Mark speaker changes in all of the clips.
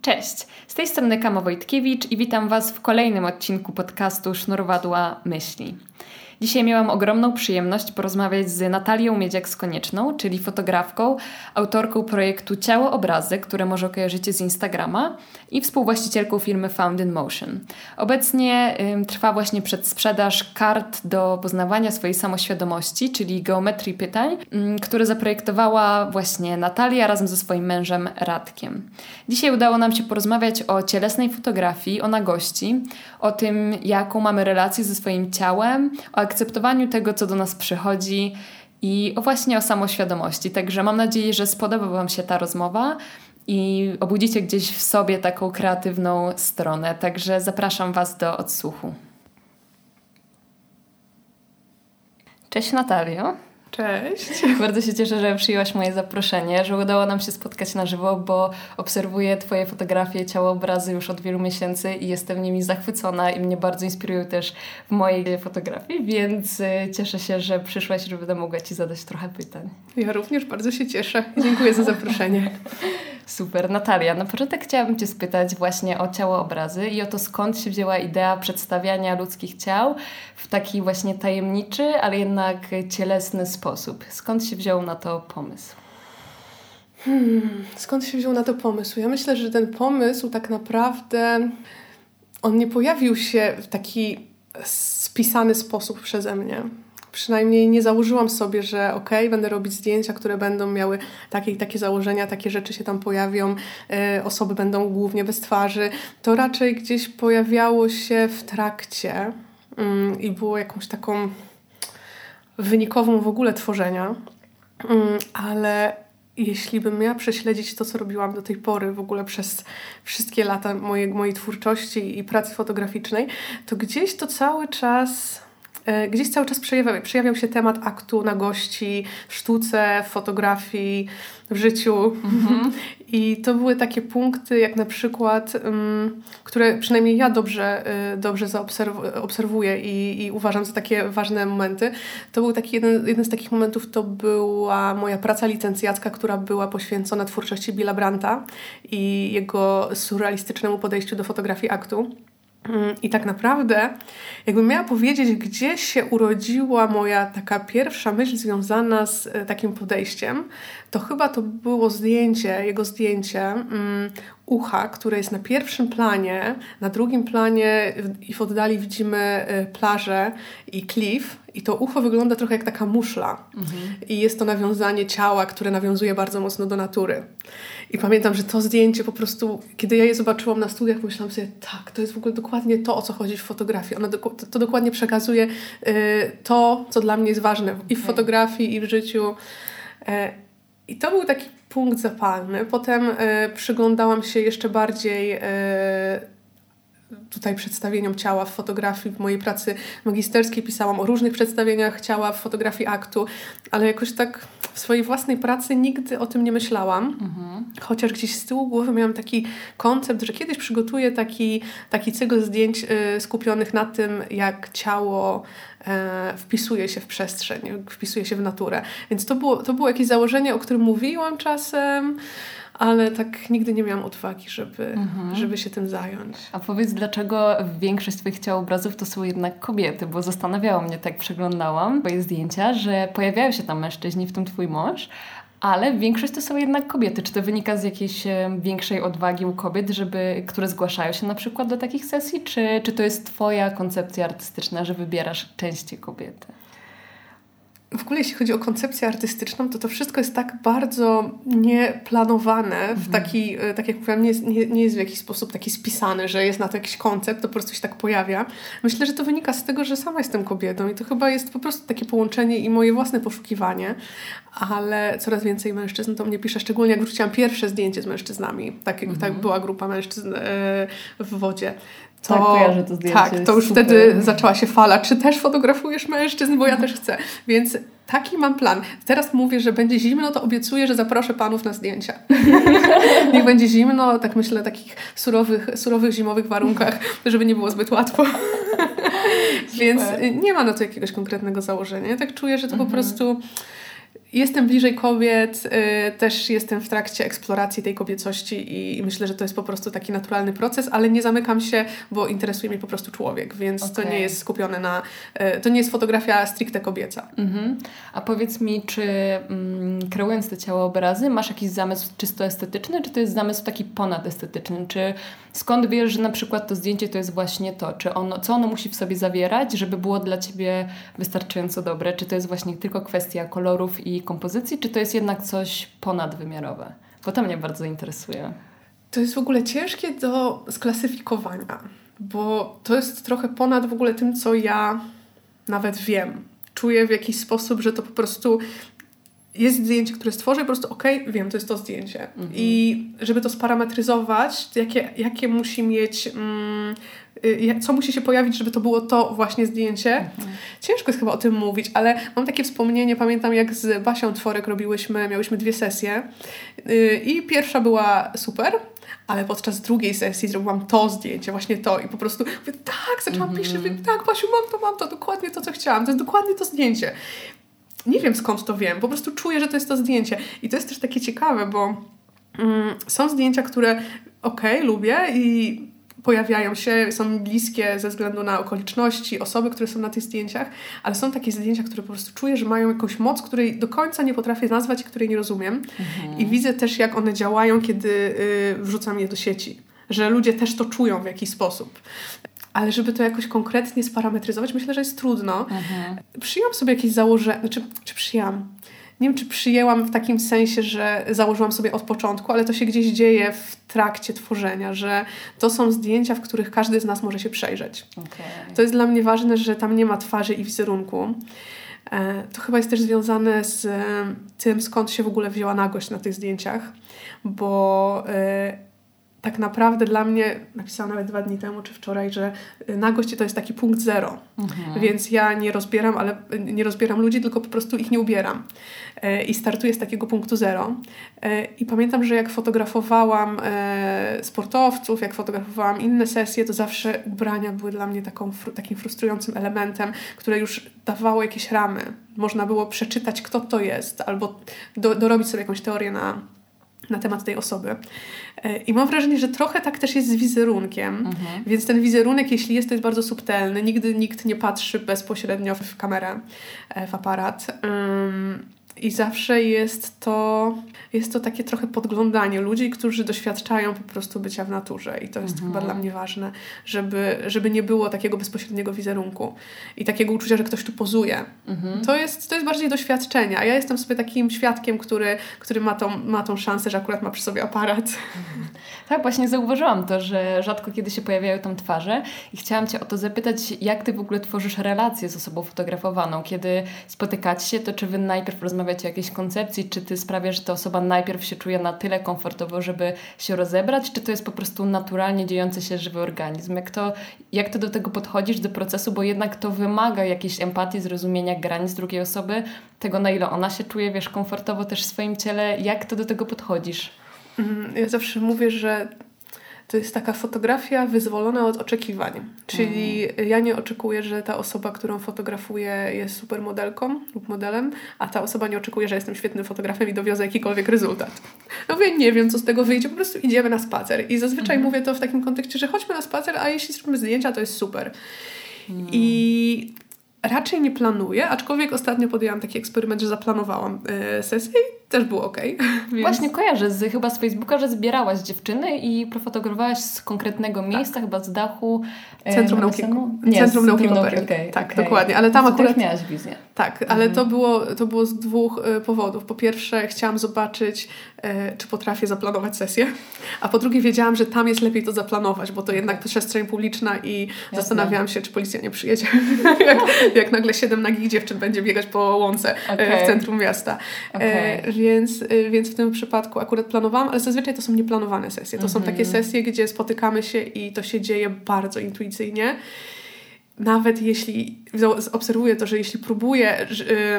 Speaker 1: Cześć, z tej strony Kama Wojtkiewicz i witam Was w kolejnym odcinku podcastu Sznurwadła Myśli. Dzisiaj miałam ogromną przyjemność porozmawiać z Natalią Miedziak-Konieczną, czyli fotografką, autorką projektu Ciało Obrazy, które może kojarzycie z Instagrama i współwłaścicielką firmy Found in Motion. Obecnie trwa właśnie przedsprzedaż kart do poznawania swojej samoświadomości, czyli geometrii pytań, które zaprojektowała właśnie Natalia razem ze swoim mężem Radkiem. Dzisiaj udało nam się porozmawiać o cielesnej fotografii, o nagości, o tym, jaką mamy relację ze swoim ciałem, o akceptowaniu tego, co do nas przychodzi i właśnie o samoświadomości. Także mam nadzieję, że spodoba Wam się ta rozmowa i obudzicie gdzieś w sobie taką kreatywną stronę. Także zapraszam Was do odsłuchu. Cześć Natalio.
Speaker 2: Cześć.
Speaker 1: Bardzo się cieszę, że przyjęłaś moje zaproszenie, że udało nam się spotkać na żywo, bo obserwuję Twoje fotografie, ciało, obrazy już od wielu miesięcy i jestem nimi zachwycona i mnie bardzo inspirują też w mojej fotografii, więc cieszę się, że przyszłaś, że będę mogła Ci zadać trochę pytań.
Speaker 2: Ja również bardzo się cieszę. Dziękuję za zaproszenie.
Speaker 1: Super. Natalia, na początek chciałabym Cię spytać właśnie o ciało, obrazy i o to, skąd się wzięła idea przedstawiania ludzkich ciał w taki właśnie tajemniczy, ale jednak cielesny sposób. Skąd się wziął na to pomysł?
Speaker 2: Skąd się wziął na to pomysł? Ja myślę, że ten pomysł tak naprawdę on nie pojawił się w taki spisany sposób przeze mnie. Przynajmniej nie założyłam sobie, że będę robić zdjęcia, które będą miały takie i takie założenia, takie rzeczy się tam pojawią, osoby będą głównie bez twarzy. To raczej gdzieś pojawiało się w trakcie i było jakąś taką wynikową w ogóle tworzenia, ale jeśli bym miała prześledzić to, co robiłam do tej pory w ogóle przez wszystkie lata mojej twórczości i pracy fotograficznej, to gdzieś cały czas przejawiał się temat aktu, nagości, w sztuce, w fotografii, w życiu. I to były takie punkty, jak na przykład, które przynajmniej ja dobrze obserwuję i uważam za takie ważne momenty. To był taki jeden z takich momentów, to była moja praca licencjacka, która była poświęcona twórczości Billa Branta i jego surrealistycznemu podejściu do fotografii aktu. I tak naprawdę, jakbym miała powiedzieć, gdzie się urodziła moja taka pierwsza myśl związana z takim podejściem, to chyba to było jego zdjęcie ucha, które jest na pierwszym planie, na drugim planie i w oddali widzimy plażę i klif i to ucho wygląda trochę jak taka muszla. I jest to nawiązanie ciała, które nawiązuje bardzo mocno do natury. I pamiętam, że to zdjęcie po prostu, kiedy ja je zobaczyłam na studiach, pomyślałam sobie, tak, to jest w ogóle dokładnie to, o co chodzi w fotografii. To dokładnie przekazuje to, co dla mnie jest ważne i w fotografii, i w życiu. I to był taki punkt zapalny. Potem przyglądałam się jeszcze bardziej tutaj przedstawieniom ciała w fotografii. W mojej pracy magisterskiej pisałam o różnych przedstawieniach ciała w fotografii aktu, ale jakoś tak w swojej własnej pracy nigdy o tym nie myślałam. Chociaż gdzieś z tyłu głowy miałam taki koncept, że kiedyś przygotuję taki cykl zdjęć skupionych na tym, jak ciało wpisuje się w przestrzeń, wpisuje się w naturę. Więc to było jakieś założenie, o którym mówiłam czasem, ale tak nigdy nie miałam odwagi, żeby się tym zająć.
Speaker 1: A powiedz, dlaczego większość Twoich ciałobrazów to są jednak kobiety? Bo zastanawiało mnie, tak przeglądałam Twoje zdjęcia, że pojawiają się tam mężczyźni, w tym Twój mąż, ale większość to są jednak kobiety. Czy to wynika z jakiejś większej odwagi u kobiet, które zgłaszają się na przykład do takich sesji? Czy to jest Twoja koncepcja artystyczna, że wybierasz częściej kobiety?
Speaker 2: W ogóle jeśli chodzi o koncepcję artystyczną, to wszystko jest tak bardzo nieplanowane, w taki, tak jak mówiłam, nie jest w jakiś sposób taki spisany, że jest na to jakiś koncept, to po prostu się tak pojawia. Myślę, że to wynika z tego, że sama jestem kobietą i to chyba jest po prostu takie połączenie i moje własne poszukiwanie, ale coraz więcej mężczyzn to mnie pisze, szczególnie jak wróciłam pierwsze zdjęcie z mężczyznami. Tak była grupa mężczyzn w wodzie.
Speaker 1: Tak, kojarzę to zdjęcie.
Speaker 2: Tak, to już super. Wtedy zaczęła się fala. Czy też fotografujesz mężczyzn? Bo ja też chcę. Więc taki mam plan. Teraz mówię, że będzie zimno, to obiecuję, że zaproszę panów na zdjęcia. Niech będzie zimno, tak myślę, takich surowych zimowych warunkach, żeby nie było zbyt łatwo. Więc nie ma na to jakiegoś konkretnego założenia. Ja tak czuję, że to po prostu jestem bliżej kobiet, też jestem w trakcie eksploracji tej kobiecości i myślę, że to jest po prostu taki naturalny proces, ale nie zamykam się, bo interesuje mnie po prostu człowiek, więc to nie jest skupione na... To nie jest fotografia stricte kobieca.
Speaker 1: A powiedz mi, czy kreując te ciałoobrazy masz jakiś zamysł czysto estetyczny, czy to jest zamysł taki ponadestetyczny? Czy skąd wiesz, że na przykład to zdjęcie to jest właśnie to? Co ono musi w sobie zawierać, żeby było dla Ciebie wystarczająco dobre? Czy to jest właśnie tylko kwestia kolorów i kompozycji, czy to jest jednak coś ponadwymiarowe? Bo to mnie bardzo interesuje.
Speaker 2: To jest w ogóle ciężkie do sklasyfikowania, bo to jest trochę ponad w ogóle tym, co ja nawet wiem. Czuję w jakiś sposób, że to po prostu jest zdjęcie, które stworzę i po prostu wiem, to jest to zdjęcie. I żeby to sparametryzować, jakie musi mieć... co musi się pojawić, żeby to było to właśnie zdjęcie. Ciężko jest chyba o tym mówić, ale mam takie wspomnienie, pamiętam jak z Basią Tworek miałyśmy 2 sesje i pierwsza była super, ale podczas drugiej sesji zrobiłam to zdjęcie, właśnie to i po prostu mówię, tak, zaczęłam pisać, tak Basiu, mam to, dokładnie to, co chciałam, to jest dokładnie to zdjęcie. Nie wiem skąd to wiem, po prostu czuję, że to jest to zdjęcie i to jest też takie ciekawe, bo są zdjęcia, które lubię i pojawiają się, są mi bliskie ze względu na okoliczności, osoby, które są na tych zdjęciach, ale są takie zdjęcia, które po prostu czuję, że mają jakąś moc, której do końca nie potrafię nazwać i której nie rozumiem. I widzę też, jak one działają, kiedy wrzucam je do sieci. Że ludzie też to czują w jakiś sposób. Ale żeby to jakoś konkretnie sparametryzować, myślę, że jest trudno. Przyjęłam sobie jakieś założenie, czy przyjęłam? Nie wiem, czy przyjęłam w takim sensie, że założyłam sobie od początku, ale to się gdzieś dzieje w trakcie tworzenia, że to są zdjęcia, w których każdy z nas może się przejrzeć. To jest dla mnie ważne, że tam nie ma twarzy i wizerunku. To chyba jest też związane z tym, skąd się w ogóle wzięła nagość na tych zdjęciach, bo tak naprawdę dla mnie, napisałam nawet 2 dni temu czy wczoraj, że nagość to jest taki punkt zero. Więc ja nie rozbieram ludzi, tylko po prostu ich nie ubieram. I startuję z takiego punktu zero. I pamiętam, że jak fotografowałam sportowców, jak fotografowałam inne sesje, to zawsze ubrania były dla mnie takim frustrującym elementem, które już dawało jakieś ramy. Można było przeczytać, kto to jest, albo dorobić sobie jakąś teorię na temat tej osoby. I mam wrażenie, że trochę tak też jest z wizerunkiem, więc ten wizerunek, jeśli jest, to jest bardzo subtelny. Nigdy nikt nie patrzy bezpośrednio w kamerę, w aparat. I zawsze jest to takie trochę podglądanie ludzi, którzy doświadczają po prostu bycia w naturze. I to jest chyba dla mnie ważne, żeby nie było takiego bezpośredniego wizerunku i takiego uczucia, że ktoś tu pozuje. To jest bardziej doświadczenie, a ja jestem sobie takim świadkiem, który ma tą szansę, że akurat ma przy sobie aparat.
Speaker 1: Tak, właśnie zauważyłam to, że rzadko kiedy się pojawiają tam twarze i chciałam Cię o to zapytać, jak Ty w ogóle tworzysz relacje z osobą fotografowaną? Kiedy spotykacie się, to czy Wy najpierw rozmawiacie o jakiejś koncepcji, czy Ty sprawiasz, że ta osoba najpierw się czuje na tyle komfortowo, żeby się rozebrać, czy to jest po prostu naturalnie dziejący się żywy organizm? Jak to do tego podchodzisz, do procesu, bo jednak to wymaga jakiejś empatii, zrozumienia granic drugiej osoby, tego na ile ona się czuje, komfortowo też w swoim ciele. Jak to do tego podchodzisz?
Speaker 2: Ja zawsze mówię, że to jest taka fotografia wyzwolona od oczekiwań. Czyli ja nie oczekuję, że ta osoba, którą fotografuję, jest supermodelką lub modelem, a ta osoba nie oczekuje, że jestem świetnym fotografem i dowiozę jakikolwiek rezultat. No mówię, nie wiem, co z tego wyjdzie, po prostu idziemy na spacer. I zazwyczaj mówię to w takim kontekście, że chodźmy na spacer, a jeśli zrobimy zdjęcia, to jest super. I raczej nie planuję, aczkolwiek ostatnio podjęłam taki eksperyment, że zaplanowałam sesję i też było okej. Więc...
Speaker 1: Właśnie kojarzę chyba z Facebooka, że zbierałaś dziewczyny i profotografowałaś z konkretnego miejsca, chyba z dachu.
Speaker 2: Centrum Nauki. Centrum Nauki
Speaker 1: Koperniki.
Speaker 2: Tak, dokładnie. Ale tam akurat...
Speaker 1: miałaś wizję.
Speaker 2: Tak, ale to było z 2 powodów. Po pierwsze, chciałam zobaczyć, czy potrafię zaplanować sesję, a po drugie wiedziałam, że tam jest lepiej to zaplanować, bo to jednak przestrzeń publiczna i zastanawiałam się, czy policja nie przyjedzie, jak nagle 7 nagich dziewczyn będzie biegać po łące w centrum miasta. Więc w tym przypadku akurat planowałam, ale zazwyczaj to są nieplanowane sesje. To są takie sesje, gdzie spotykamy się i to się dzieje bardzo intuicyjnie. Nawet jeśli obserwuję to, że jeśli próbuję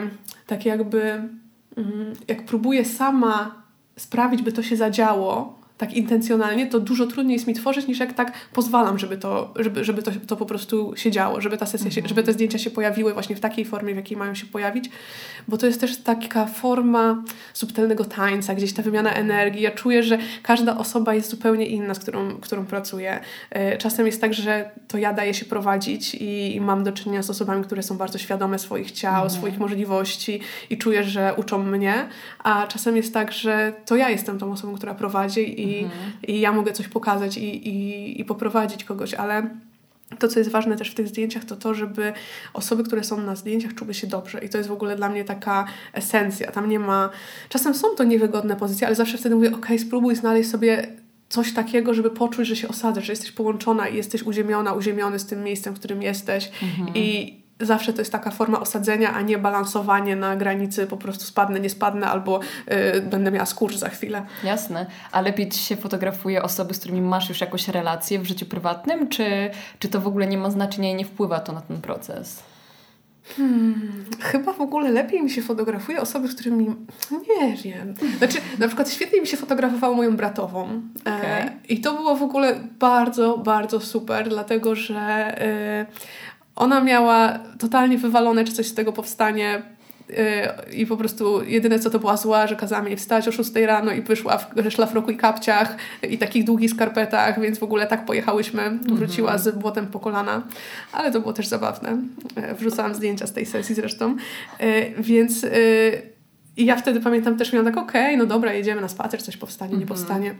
Speaker 2: tak jakby jak próbuję sama sprawić, by to się zadziało, tak intencjonalnie, to dużo trudniej jest mi tworzyć, niż jak tak pozwalam, żeby to po prostu się działo, żeby ta sesja żeby te zdjęcia się pojawiły właśnie w takiej formie, w jakiej mają się pojawić, bo to jest też taka forma subtelnego tańca, gdzieś ta wymiana energii. Ja czuję, że każda osoba jest zupełnie inna, z którą pracuję. Czasem jest tak, że to ja daję się prowadzić i mam do czynienia z osobami, które są bardzo świadome swoich ciał, swoich możliwości i czuję, że uczą mnie, a czasem jest tak, że to ja jestem tą osobą, która prowadzi i ja mogę coś pokazać i poprowadzić kogoś, ale to, co jest ważne też w tych zdjęciach, to żeby osoby, które są na zdjęciach, czuły się dobrze. I to jest w ogóle dla mnie taka esencja. Tam nie ma... Czasem są to niewygodne pozycje, ale zawsze wtedy mówię, spróbuj znaleźć sobie coś takiego, żeby poczuć, że się osadzasz, że jesteś połączona i jesteś uziemiony z tym miejscem, w którym jesteś. I zawsze to jest taka forma osadzenia, a nie balansowanie na granicy, po prostu spadnę, nie spadnę, albo będę miała skurcz za chwilę.
Speaker 1: Jasne. A lepiej ci się fotografuje osoby, z którymi masz już jakąś relację w życiu prywatnym, czy to w ogóle nie ma znaczenia i nie wpływa to na ten proces?
Speaker 2: Chyba w ogóle lepiej mi się fotografuje osoby, z którymi... Nie wiem. Znaczy, na przykład świetnie mi się fotografowało moją bratową.
Speaker 1: Okay.
Speaker 2: I to było w ogóle bardzo, bardzo super, dlatego, że ona miała totalnie wywalone, czy coś z tego powstanie i po prostu jedyne co to była zła, że kazała mnie wstać o 6 rano i wyszła w szlafroku i kapciach i takich długich skarpetach, więc w ogóle tak pojechałyśmy. Wróciła z błotem po kolana, ale to było też zabawne. Wrzucałam zdjęcia z tej sesji zresztą. Więc i ja wtedy pamiętam też miałam tak, no dobra, jedziemy na spacer, coś powstanie, nie powstanie.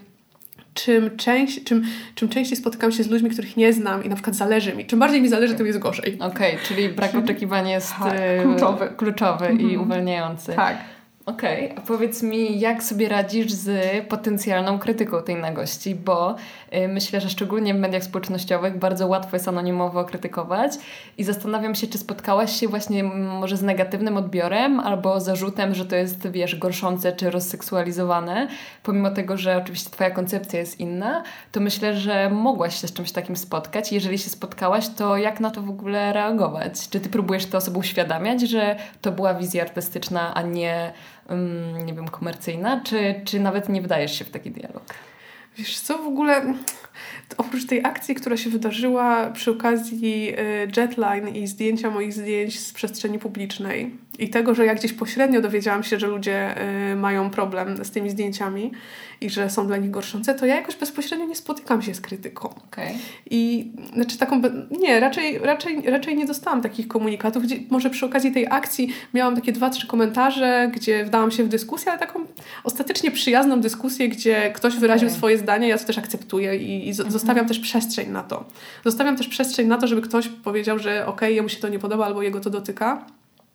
Speaker 2: Czym częściej spotykam się z ludźmi, których nie znam i na przykład zależy mi. Czym bardziej mi zależy, tym jest gorzej.
Speaker 1: Okej, czyli brak oczekiwań jest kluczowy i uwalniający.
Speaker 2: Tak.
Speaker 1: Okej, a powiedz mi, jak sobie radzisz z potencjalną krytyką tej nagości, bo myślę, że szczególnie w mediach społecznościowych bardzo łatwo jest anonimowo krytykować i zastanawiam się, czy spotkałaś się właśnie może z negatywnym odbiorem albo zarzutem, że to jest, gorszące czy rozseksualizowane, pomimo tego, że oczywiście twoja koncepcja jest inna, to myślę, że mogłaś się z czymś takim spotkać. Jeżeli się spotkałaś, to jak na to w ogóle reagować? Czy ty próbujesz tę osobę uświadamiać, że to była wizja artystyczna, a nie komercyjna, czy nawet nie wdajesz się w taki dialog?
Speaker 2: Wiesz co, w ogóle oprócz tej akcji, która się wydarzyła przy okazji Jetline i zdjęcia moich zdjęć z przestrzeni publicznej i tego, że ja gdzieś pośrednio dowiedziałam się, że ludzie mają problem z tymi zdjęciami i że są dla nich gorszące, to ja jakoś bezpośrednio nie spotykam się z krytyką.
Speaker 1: Okay.
Speaker 2: I znaczy raczej nie dostałam takich komunikatów, gdzie może przy okazji tej akcji miałam takie 2-3 komentarze, gdzie wdałam się w dyskusję, ale taką ostatecznie przyjazną dyskusję, gdzie ktoś wyraził swoje zdanie, ja to też akceptuję i zostawiam też przestrzeń na to. Zostawiam też przestrzeń na to, żeby ktoś powiedział, że jemu się to nie podoba albo jego to dotyka.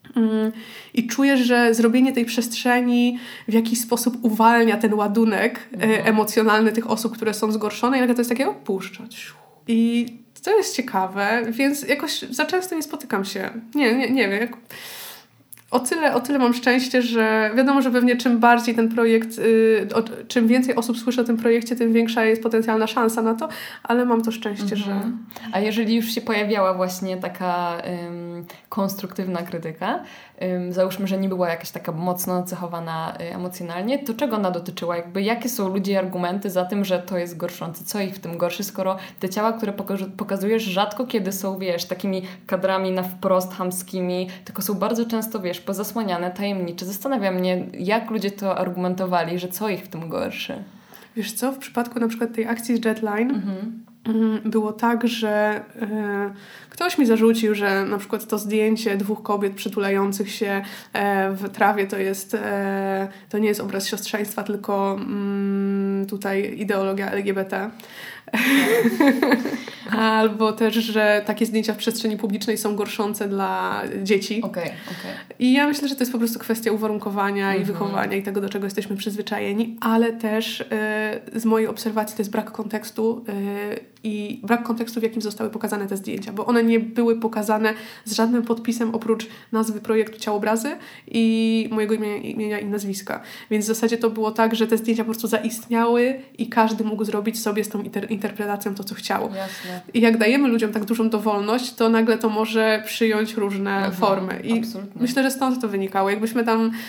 Speaker 2: I czuję, że zrobienie tej przestrzeni w jakiś sposób uwalnia ten ładunek emocjonalny tych osób, które są zgorszone i nagle to jest takie puszczać. I to jest ciekawe, więc jakoś za często nie spotykam się. Nie wiem. O tyle mam szczęście, że wiadomo, że pewnie czym bardziej ten projekt, czym więcej osób słyszy o tym projekcie, tym większa jest potencjalna szansa na to, ale mam to szczęście, że...
Speaker 1: A jeżeli już się pojawiała właśnie taka konstruktywna krytyka, załóżmy, że nie była jakaś taka mocno nacechowana emocjonalnie, to czego ona dotyczyła? Jakie są ludzie argumenty za tym, że to jest gorszące? Co ich w tym gorszy, skoro te ciała, które pokazujesz, rzadko kiedy są, takimi kadrami na wprost chamskimi, tylko są bardzo często, pozasłaniane, tajemnicze. Zastanawia mnie, jak ludzie to argumentowali, że co ich w tym gorszy.
Speaker 2: Wiesz co, w przypadku na przykład tej akcji z Jetline było tak, że ktoś mi zarzucił, że na przykład to zdjęcie 2 kobiet przytulających się w trawie to nie jest obraz siostrzeństwa, tylko tutaj ideologia LGBT. Albo też, że takie zdjęcia w przestrzeni publicznej są gorszące dla dzieci.
Speaker 1: Okay.
Speaker 2: I ja myślę, że to jest po prostu kwestia uwarunkowania i wychowania i tego, do czego jesteśmy przyzwyczajeni, ale też z mojej obserwacji to jest brak kontekstu i brak kontekstu, w jakim zostały pokazane te zdjęcia, bo one nie były pokazane z żadnym podpisem oprócz nazwy projektu Ciałobrazy i mojego imienia i nazwiska. Więc w zasadzie to było tak, że te zdjęcia po prostu zaistniały i każdy mógł zrobić sobie z tą interpretacją to, co chciał.
Speaker 1: Jasne.
Speaker 2: I jak dajemy ludziom tak dużą dowolność, to nagle to może przyjąć różne formy. I
Speaker 1: absolutnie.
Speaker 2: myślę, że stąd to wynikało. Jakbyśmy tam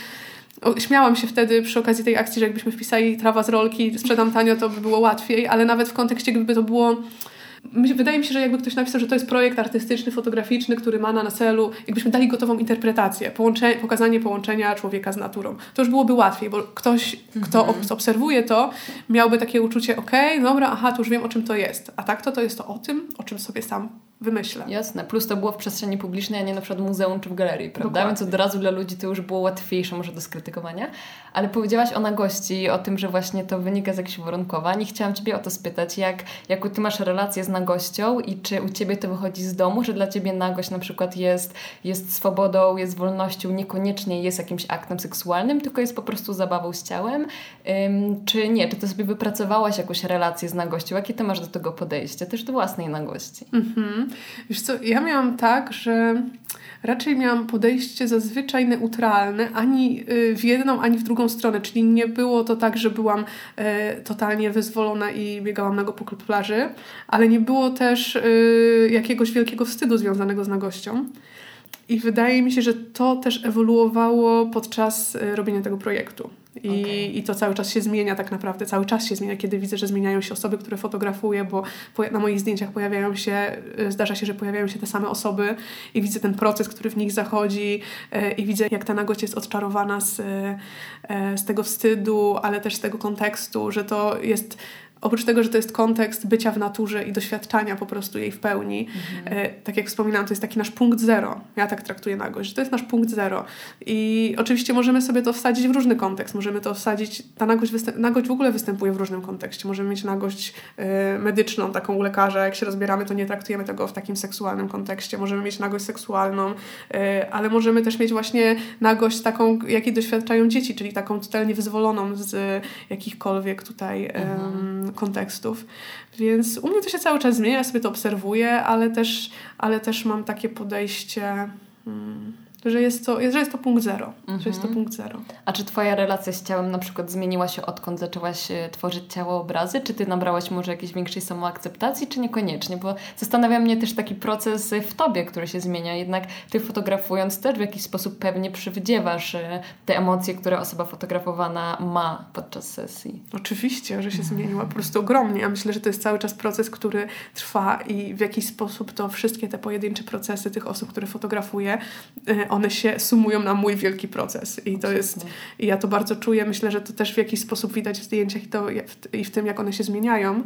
Speaker 2: Śmiałam się wtedy przy okazji tej akcji, że jakbyśmy wpisali trawa z rolki, sprzedam tanio, to by było łatwiej, ale nawet w kontekście, gdyby to było... Wydaje mi się, że jakby ktoś napisał, że to jest projekt artystyczny, fotograficzny, który ma na celu, jakbyśmy dali gotową interpretację, pokazanie połączenia człowieka z naturą. To już byłoby łatwiej, bo ktoś, kto obserwuje to, miałby takie uczucie, okej, dobra, aha, to już wiem, o czym to jest. A tak to jest to o tym, o czym sobie sam wymyślę.
Speaker 1: Jasne. Plus to było w przestrzeni publicznej, a nie na przykład w muzeum czy w galerii, prawda?
Speaker 2: Dokładnie.
Speaker 1: Więc od razu dla ludzi to już było łatwiejsze może do skrytykowania. Ale powiedziałaś o nagości, o tym, że właśnie to wynika z jakichś uwarunkowań i chciałam Ciebie o to spytać, jaką Ty masz relację z nagością i czy u Ciebie to wychodzi z domu, że dla Ciebie nagość na przykład jest swobodą, jest wolnością, niekoniecznie jest jakimś aktem seksualnym, tylko jest po prostu zabawą z ciałem, czy nie? Czy Ty sobie wypracowałaś jakąś relację z nagością? Jakie Ty masz do tego podejście? Też do własnej nagości.
Speaker 2: Wiesz co, ja miałam tak, że raczej miałam podejście zazwyczaj neutralne, ani w jedną, ani w drugą stronę, czyli nie było to tak, że byłam totalnie wyzwolona i biegałam nago po plaży, ale nie było też jakiegoś wielkiego wstydu związanego z nagością. I wydaje mi się, że to też ewoluowało podczas robienia tego projektu. I to cały czas się zmienia tak naprawdę, cały czas się zmienia, kiedy widzę, że zmieniają się osoby, które fotografuję, bo na moich zdjęciach zdarza się, że pojawiają się te same osoby i widzę ten proces, który w nich zachodzi i widzę, jak ta nagość jest odczarowana z tego wstydu, ale też z tego kontekstu, że to jest... Oprócz tego, że to jest kontekst bycia w naturze i doświadczania po prostu jej w pełni, tak jak wspominałam, to jest taki nasz punkt zero. Ja tak traktuję nagość, że to jest nasz punkt zero. I oczywiście możemy sobie to wsadzić w różny kontekst. Możemy to wsadzić, nagość w ogóle występuje w różnym kontekście. Możemy mieć nagość medyczną, taką u lekarza. Jak się rozbieramy, to nie traktujemy tego w takim seksualnym kontekście. Możemy mieć nagość seksualną, ale możemy też mieć właśnie nagość taką, jakiej doświadczają dzieci, czyli taką totalnie wyzwoloną z jakichkolwiek tutaj kontekstów. Więc u mnie to się cały czas zmienia, ja sobie to obserwuję, ale też mam takie podejście, że jest to punkt zero. Że jest to punkt zero.
Speaker 1: A czy Twoja relacja z ciałem na przykład zmieniła się, odkąd zaczęłaś tworzyć ciało-obrazy? Czy Ty nabrałaś może jakiejś większej samoakceptacji, czy niekoniecznie? Bo zastanawia mnie też taki proces w Tobie, który się zmienia. Jednak Ty fotografując też w jakiś sposób pewnie przywdziewasz te emocje, które osoba fotografowana ma podczas sesji.
Speaker 2: Oczywiście, że się zmieniła po prostu ogromnie. Ja myślę, że to jest cały czas proces, który trwa i w jakiś sposób to wszystkie te pojedyncze procesy tych osób, które fotografuję, one się sumują na mój wielki proces. I to jest, i ja to bardzo czuję. Myślę, że to też w jakiś sposób widać w zdjęciach i w tym, jak one się zmieniają.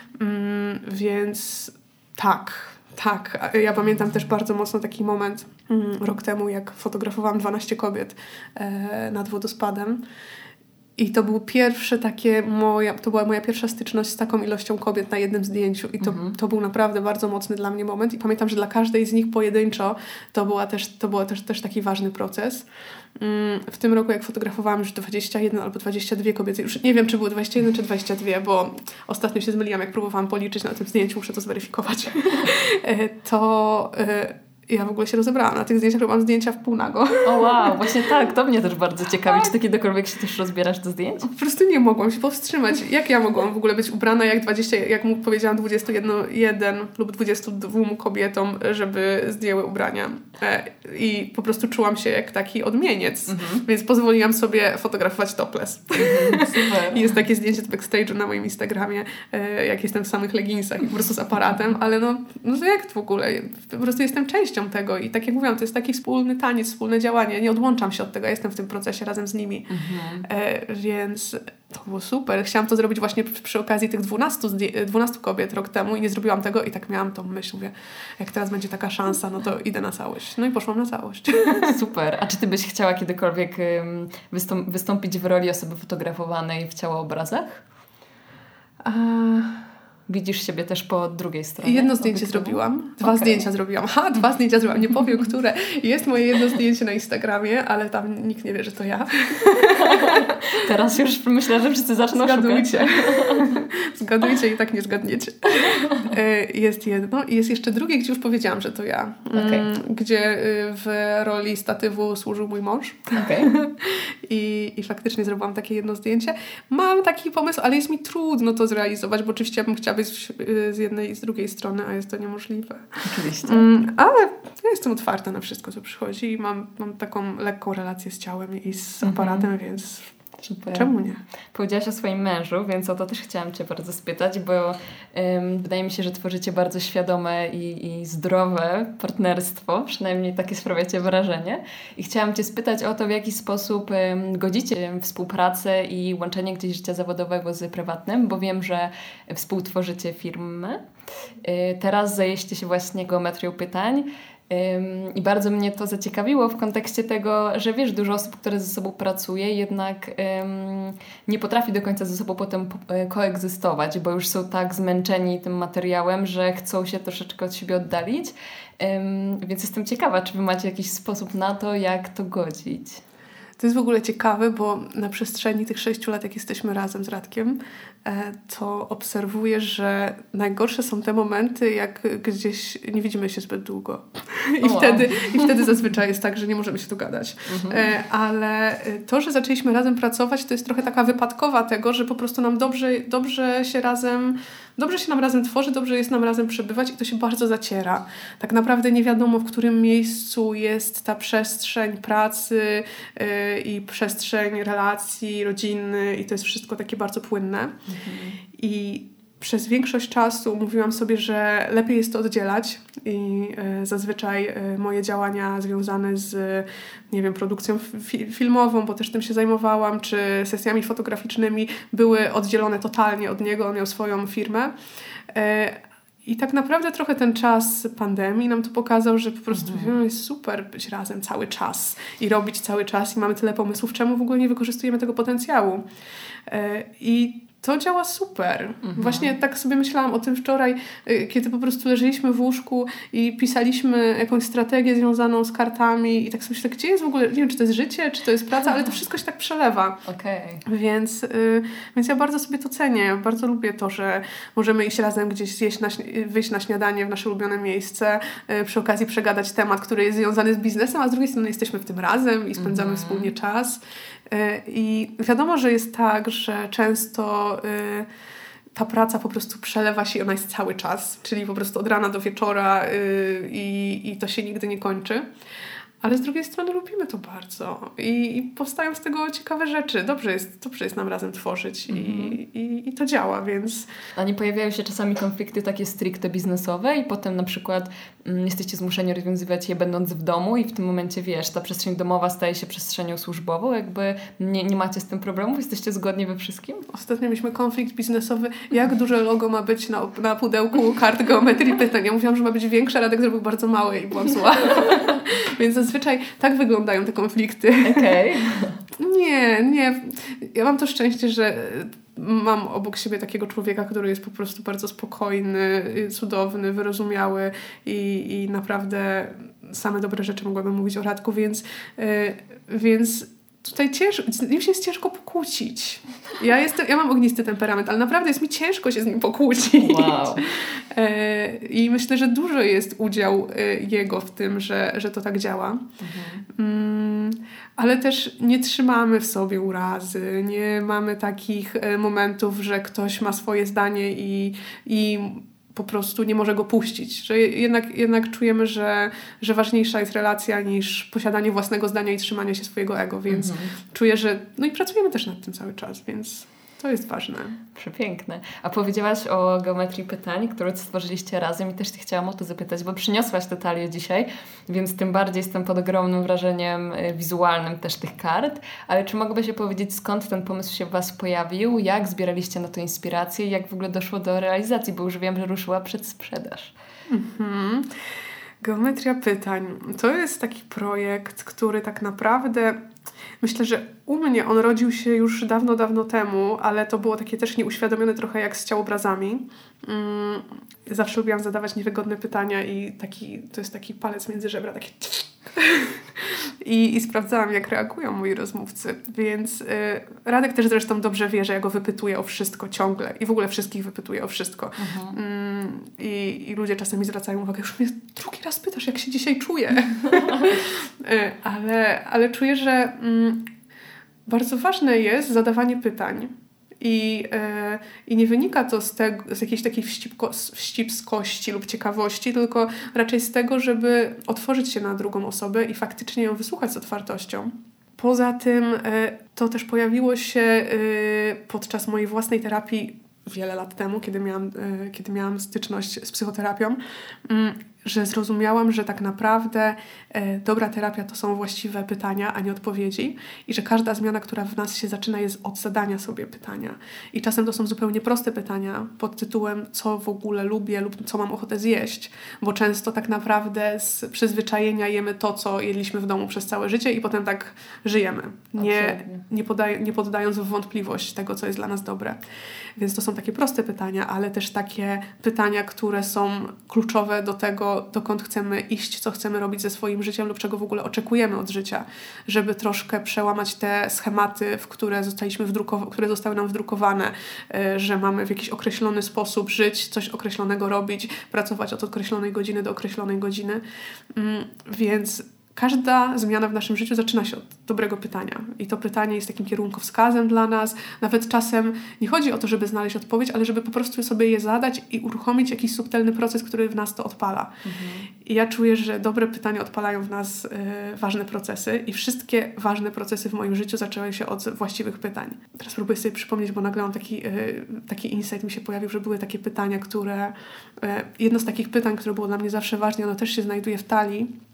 Speaker 2: Więc tak. Ja pamiętam też bardzo mocno taki moment rok temu, jak fotografowałam 12 kobiet nad wodospadem. I to był to była moja pierwsza styczność z taką ilością kobiet na jednym zdjęciu. I to był naprawdę bardzo mocny dla mnie moment. I pamiętam, że dla każdej z nich pojedynczo to był też taki ważny proces. W tym roku, jak fotografowałam już 21 albo 22 kobiety, już nie wiem, czy były 21 czy 22, bo ostatnio się zmyliłam, jak próbowałam policzyć na tym zdjęciu, muszę to zweryfikować. Ja w ogóle się rozebrałam. Na tych zdjęciach robiłam zdjęcia w pół nago.
Speaker 1: O wow, właśnie tak, to mnie też bardzo ciekawi. Czy Ty kiedykolwiek się też rozbierasz do zdjęć?
Speaker 2: Po prostu nie mogłam się powstrzymać. Jak ja mogłam w ogóle być ubrana jak mu powiedziałam 21 lub 22 kobietom, żeby zdjęły ubrania. I po prostu czułam się jak taki odmieniec. Więc pozwoliłam sobie fotografować topless.
Speaker 1: Super.
Speaker 2: I jest takie zdjęcie z backstage'u na moim Instagramie, jak jestem w samych leginsach i po prostu z aparatem, ale no jak to w ogóle? Po prostu jestem częścią tego i tak jak mówiłam, to jest taki wspólny taniec, wspólne działanie. Nie odłączam się od tego, ja jestem w tym procesie razem z nimi. Więc to było super. Chciałam to zrobić właśnie przy okazji tych 12 kobiet rok temu i nie zrobiłam tego i tak miałam tą myśl, mówię, jak teraz będzie taka szansa, no to idę na całość. No i poszłam na całość.
Speaker 1: Super. A czy Ty byś chciała kiedykolwiek wystąpić w roli osoby fotografowanej w ciałoobrazach? Widzisz siebie też po drugiej stronie?
Speaker 2: Jedno zdjęcie zrobiłam. Dwa zdjęcia zrobiłam. Dwa zdjęcia zrobiłam. Nie powiem, które. Jest moje jedno zdjęcie na Instagramie, ale tam nikt nie wie, że to ja.
Speaker 1: Teraz już myślę, że wszyscy zaczną
Speaker 2: Zgadujcie.
Speaker 1: szukać.
Speaker 2: zgadujcie i tak nie zgadniecie. Jest jedno i jest jeszcze drugie, gdzie już powiedziałam, że to ja. Gdzie w roli statywu służył mój mąż. I faktycznie zrobiłam takie jedno zdjęcie. Mam taki pomysł, ale jest mi trudno to zrealizować, bo oczywiście ja bym chciała być z jednej i z drugiej strony, a jest to niemożliwe.
Speaker 1: Oczywiście.
Speaker 2: Ale ja jestem otwarta na wszystko, co przychodzi i mam taką lekką relację z ciałem i z aparatem, więc super. Czemu nie?
Speaker 1: Powiedziałaś o swoim mężu, więc o to też chciałam Cię bardzo spytać, bo wydaje mi się, że tworzycie bardzo świadome i zdrowe partnerstwo, przynajmniej takie sprawiacie wrażenie. I chciałam Cię spytać o to, w jaki sposób godzicie współpracę i łączenie gdzieś życia zawodowego z prywatnym, bo wiem, że współtworzycie firmę. Teraz zajęliście się właśnie geometrią pytań. I bardzo mnie to zaciekawiło w kontekście tego, że wiesz, dużo osób, które ze sobą pracuje, jednak nie potrafi do końca ze sobą potem koegzystować, bo już są tak zmęczeni tym materiałem, że chcą się troszeczkę od siebie oddalić. Więc jestem ciekawa, czy wy macie jakiś sposób na to, jak to godzić?
Speaker 2: To jest w ogóle ciekawe, bo na przestrzeni tych 6 lat, jak jesteśmy razem z Radkiem, to obserwuję, że najgorsze są te momenty, jak gdzieś nie widzimy się zbyt długo. I wtedy zazwyczaj jest tak, że nie możemy się dogadać. Ale to, że zaczęliśmy razem pracować, to jest trochę taka wypadkowa tego, że po prostu nam dobrze się nam razem tworzy, dobrze jest nam razem przebywać i to się bardzo zaciera. Tak naprawdę nie wiadomo, w którym miejscu jest ta przestrzeń pracy i przestrzeń relacji rodzinnych i to jest wszystko takie bardzo płynne. I przez większość czasu mówiłam sobie, że lepiej jest to oddzielać i zazwyczaj moje działania związane z, nie wiem, produkcją filmową, bo też tym się zajmowałam, czy sesjami fotograficznymi były oddzielone totalnie od niego, on miał swoją firmę. I tak naprawdę trochę ten czas pandemii nam to pokazał, że po prostu jest super być razem cały czas i robić cały czas i mamy tyle pomysłów, czemu w ogóle nie wykorzystujemy tego potencjału. I to działa super. Właśnie tak sobie myślałam o tym wczoraj, kiedy po prostu leżeliśmy w łóżku i pisaliśmy jakąś strategię związaną z kartami i tak sobie myślę, gdzie jest w ogóle, nie wiem, czy to jest życie, czy to jest praca, ale to wszystko się tak przelewa. Więc ja bardzo sobie to cenię. Bardzo lubię to, że możemy iść razem gdzieś wyjść na śniadanie w nasze ulubione miejsce, przy okazji przegadać temat, który jest związany z biznesem, a z drugiej strony jesteśmy w tym razem i spędzamy wspólnie czas. I wiadomo, że jest tak, że często ta praca po prostu przelewa się i ona jest cały czas, czyli po prostu od rana do wieczora i to się nigdy nie kończy. Ale z drugiej strony lubimy to bardzo i powstają z tego ciekawe rzeczy. Dobrze jest nam razem tworzyć i to działa, więc...
Speaker 1: A nie pojawiają się czasami konflikty takie stricte biznesowe i potem na przykład jesteście zmuszeni rozwiązywać je będąc w domu i w tym momencie, wiesz, ta przestrzeń domowa staje się przestrzenią służbową, jakby nie macie z tym problemów? Jesteście zgodni we wszystkim?
Speaker 2: Ostatnio mieliśmy konflikt biznesowy, jak duże logo ma być na pudełku kart geometrii pytań. Ja mówiłam, że ma być większe, Radek zrobił bardzo małe i byłam zła. Więc zazwyczaj tak wyglądają te konflikty. Nie. Ja mam to szczęście, że mam obok siebie takiego człowieka, który jest po prostu bardzo spokojny, cudowny, wyrozumiały i naprawdę same dobre rzeczy mogłabym mówić o Radku, więc tutaj z nim się jest ciężko pokłócić. Ja mam ognisty temperament, ale naprawdę jest mi ciężko się z nim pokłócić.
Speaker 1: Wow.
Speaker 2: I myślę, że dużo jest udział jego w tym, że to tak działa. Ale też nie trzymamy w sobie urazy, nie mamy takich momentów, że ktoś ma swoje zdanie i po prostu nie może go puścić. Że jednak czujemy, że ważniejsza jest relacja niż posiadanie własnego zdania i trzymanie się swojego ego, więc czuję, że... No i pracujemy też nad tym cały czas, więc to jest ważne.
Speaker 1: Przepiękne. A powiedziałaś o geometrii pytań, które stworzyliście razem i też Cię chciałam o to zapytać, bo przyniosłaś te talie dzisiaj, więc tym bardziej jestem pod ogromnym wrażeniem wizualnym też tych kart, ale czy mogłabyś się powiedzieć, skąd ten pomysł się w Was pojawił, jak zbieraliście na to inspirację i jak w ogóle doszło do realizacji, bo już wiem, że ruszyła przedsprzedaż.
Speaker 2: Geometria pytań. To jest taki projekt, który tak naprawdę... Myślę, że u mnie on rodził się już dawno, dawno temu, ale to było takie też nieuświadomione trochę jak z ciałobrazami. Zawsze lubiłam zadawać niewygodne pytania i to jest taki palec między żebra, takie I sprawdzałam, jak reagują moi rozmówcy. Więc Radek też zresztą dobrze wie, że ja go wypytuję o wszystko ciągle. I w ogóle wszystkich wypytuję o wszystko. I ludzie czasami zwracają uwagę, już mnie drugi raz pytasz, jak się dzisiaj czuję. ale czuję, że bardzo ważne jest zadawanie pytań. I nie wynika to z jakiejś takiej wścibskości lub ciekawości, tylko raczej z tego, żeby otworzyć się na drugą osobę i faktycznie ją wysłuchać z otwartością. Poza tym to też pojawiło się podczas mojej własnej terapii wiele lat temu, kiedy miałam styczność z psychoterapią, że zrozumiałam, że tak naprawdę dobra terapia to są właściwe pytania, a nie odpowiedzi i że każda zmiana, która w nas się zaczyna, jest od zadania sobie pytania. I czasem to są zupełnie proste pytania pod tytułem, co w ogóle lubię lub co mam ochotę zjeść, bo często tak naprawdę z przyzwyczajenia jemy to, co jedliśmy w domu przez całe życie i potem tak żyjemy, nie poddając w wątpliwość tego, co jest dla nas dobre. Więc to są takie proste pytania, ale też takie pytania, które są kluczowe do tego, dokąd chcemy iść, co chcemy robić ze swoim życiem lub czego w ogóle oczekujemy od życia, żeby troszkę przełamać te schematy, które zostały nam wdrukowane, że mamy w jakiś określony sposób żyć, coś określonego robić, pracować od określonej godziny do określonej godziny. Więc każda zmiana w naszym życiu zaczyna się od dobrego pytania. I to pytanie jest takim kierunkowskazem dla nas. Nawet czasem nie chodzi o to, żeby znaleźć odpowiedź, ale żeby po prostu sobie je zadać i uruchomić jakiś subtelny proces, który w nas to odpala. I ja czuję, że dobre pytania odpalają w nas ważne procesy i wszystkie ważne procesy w moim życiu zaczęły się od właściwych pytań. Teraz próbuję sobie przypomnieć, bo nagle mam taki insight mi się pojawił, że były takie pytania, które... jedno z takich pytań, które było dla mnie zawsze ważne, ono też się znajduje w talii.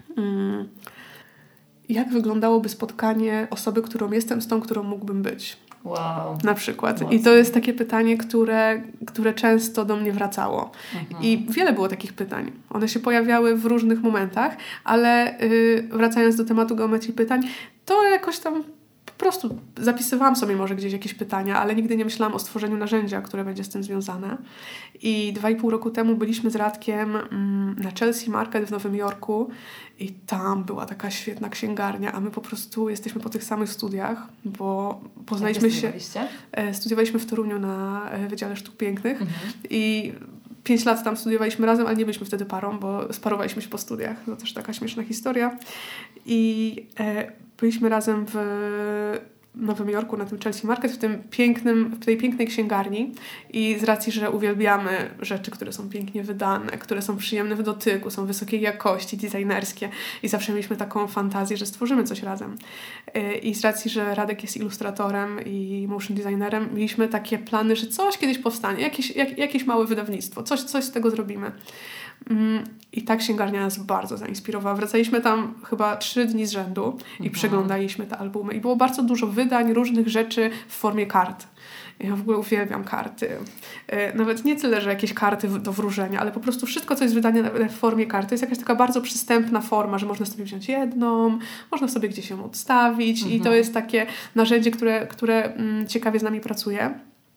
Speaker 2: Jak wyglądałoby spotkanie osoby, którą jestem, z tą, którą mógłbym być?
Speaker 1: Wow.
Speaker 2: Na przykład. I to jest takie pytanie, które często do mnie wracało. I wiele było takich pytań. One się pojawiały w różnych momentach, ale wracając do tematu geometrii pytań, to jakoś tam po prostu zapisywałam sobie może gdzieś jakieś pytania, ale nigdy nie myślałam o stworzeniu narzędzia, które będzie z tym związane. I 2,5 roku temu byliśmy z Radkiem na Chelsea Market w Nowym Jorku i tam była taka świetna księgarnia, a my po prostu jesteśmy po tych samych studiach, bo poznaliśmy się... Studiowaliśmy w Toruniu na Wydziale Sztuk Pięknych i 5 lat tam studiowaliśmy razem, ale nie byliśmy wtedy parą, bo sparowaliśmy się po studiach. To też taka śmieszna historia. I byliśmy razem w Nowym Jorku na tym Chelsea Market, w tej pięknej księgarni i z racji, że uwielbiamy rzeczy, które są pięknie wydane, które są przyjemne w dotyku, są wysokiej jakości, designerskie i zawsze mieliśmy taką fantazję, że stworzymy coś razem. I z racji, że Radek jest ilustratorem i motion designerem, mieliśmy takie plany, że coś kiedyś powstanie, jakieś małe wydawnictwo, coś z tego zrobimy. I ta księgarnia nas bardzo zainspirowała. Wracaliśmy tam chyba 3 dni z rzędu i przeglądaliśmy te albumy. I było bardzo dużo wydań, różnych rzeczy w formie kart. Ja w ogóle uwielbiam karty. Nawet nie tyle, że jakieś karty do wróżenia, ale po prostu wszystko, co jest wydane w formie karty, jest jakaś taka bardzo przystępna forma, że można sobie wziąć jedną, można sobie gdzieś ją odstawić i to jest takie narzędzie, które ciekawie z nami pracuje.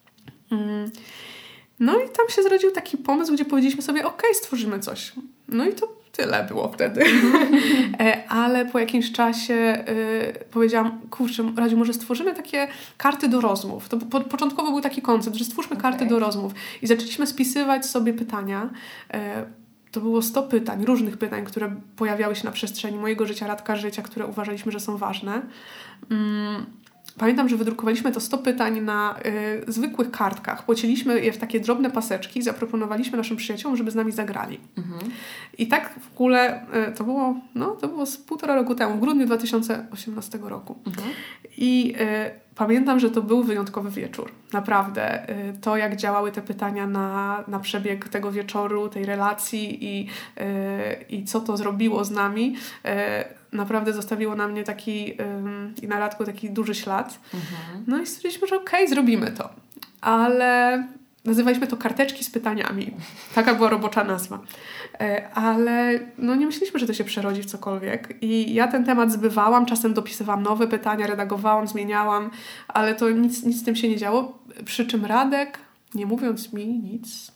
Speaker 2: No i tam się zrodził taki pomysł, gdzie powiedzieliśmy sobie, stworzymy coś. No i to tyle było wtedy. Ale po jakimś czasie powiedziałam, kurczę, Radziu, może stworzymy takie karty do rozmów. To początkowo był taki koncept, że stwórzmy karty do rozmów. I zaczęliśmy spisywać sobie pytania. To było 100 pytań, różnych pytań, które pojawiały się na przestrzeni mojego życia, Radka życia, które uważaliśmy, że są ważne. Pamiętam, że wydrukowaliśmy to 100 pytań na zwykłych kartkach. Płaciliśmy je w takie drobne paseczki i zaproponowaliśmy naszym przyjaciołom, żeby z nami zagrali. I tak w ogóle to było z 1,5 roku temu, w grudniu 2018 roku. I pamiętam, że to był wyjątkowy wieczór. Naprawdę. To, jak działały te pytania na przebieg tego wieczoru, tej relacji i co to zrobiło z nami, naprawdę zostawiło na mnie i na Radku taki duży ślad. No i stwierdziliśmy, że zrobimy to. Ale nazywaliśmy to karteczki z pytaniami. Taka była robocza nazwa. Ale nie myśleliśmy, że to się przerodzi w cokolwiek. I ja ten temat zbywałam, czasem dopisywałam nowe pytania, redagowałam, zmieniałam, ale to nic z tym się nie działo. Przy czym Radek, nie mówiąc mi nic,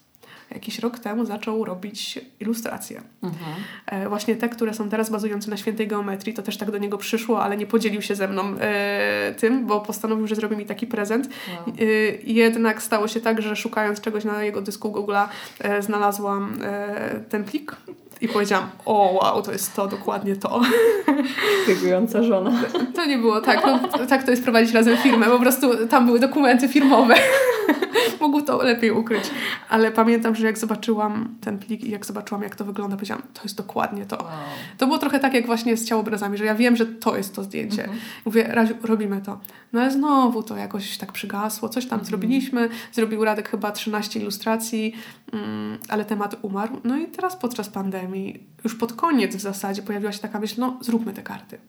Speaker 2: jakiś rok temu zaczął robić ilustracje. Właśnie te, które są teraz bazujące na świętej geometrii, to też tak do niego przyszło, ale nie podzielił się ze mną tym, bo postanowił, że zrobi mi taki prezent. Wow. Jednak stało się tak, że szukając czegoś na jego dysku Google'a znalazłam ten plik i powiedziałam, o wow, to jest to, dokładnie to.
Speaker 1: Tygująca żona.
Speaker 2: To nie było tak, tak to jest prowadzić razem firmę, po prostu tam były dokumenty firmowe. Mógł to lepiej ukryć. Ale pamiętam, że jak zobaczyłam ten plik i jak zobaczyłam, jak to wygląda, powiedziałam, to jest dokładnie to. Wow. To było trochę tak, jak właśnie z ciałobrazami, że ja wiem, że to jest to zdjęcie. Mówię, Radziu, robimy to. No ale znowu to jakoś tak przygasło, coś tam zrobiliśmy. Zrobił Radek chyba 13 ilustracji, ale temat umarł. No i teraz podczas pandemii, już pod koniec w zasadzie pojawiła się taka myśl, no zróbmy te karty.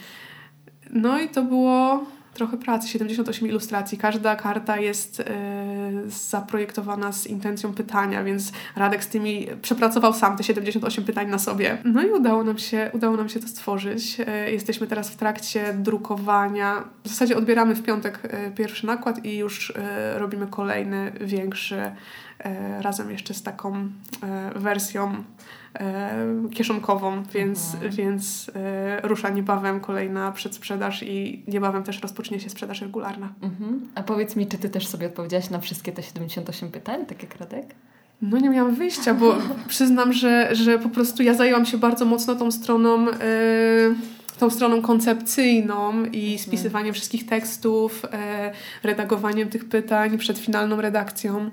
Speaker 2: No i to było trochę pracy, 78 ilustracji. Każda karta jest zaprojektowana z intencją pytania, więc Radek z tymi przepracował sam te 78 pytań na sobie. No i udało nam się to stworzyć. Jesteśmy teraz w trakcie drukowania. W zasadzie odbieramy w piątek pierwszy nakład i już robimy kolejny, większy, razem jeszcze z taką wersją kieszonkową, więc rusza niebawem kolejna przedsprzedaż i niebawem też rozpocznie się sprzedaż regularna.
Speaker 1: A powiedz mi, czy ty też sobie odpowiedziałaś na wszystkie te 78 pytań, tak jak Radek?
Speaker 2: No nie miałam wyjścia, bo przyznam, że po prostu ja zajęłam się bardzo mocno tą stroną koncepcyjną i spisywaniem wszystkich tekstów, redagowaniem tych pytań przed finalną redakcją,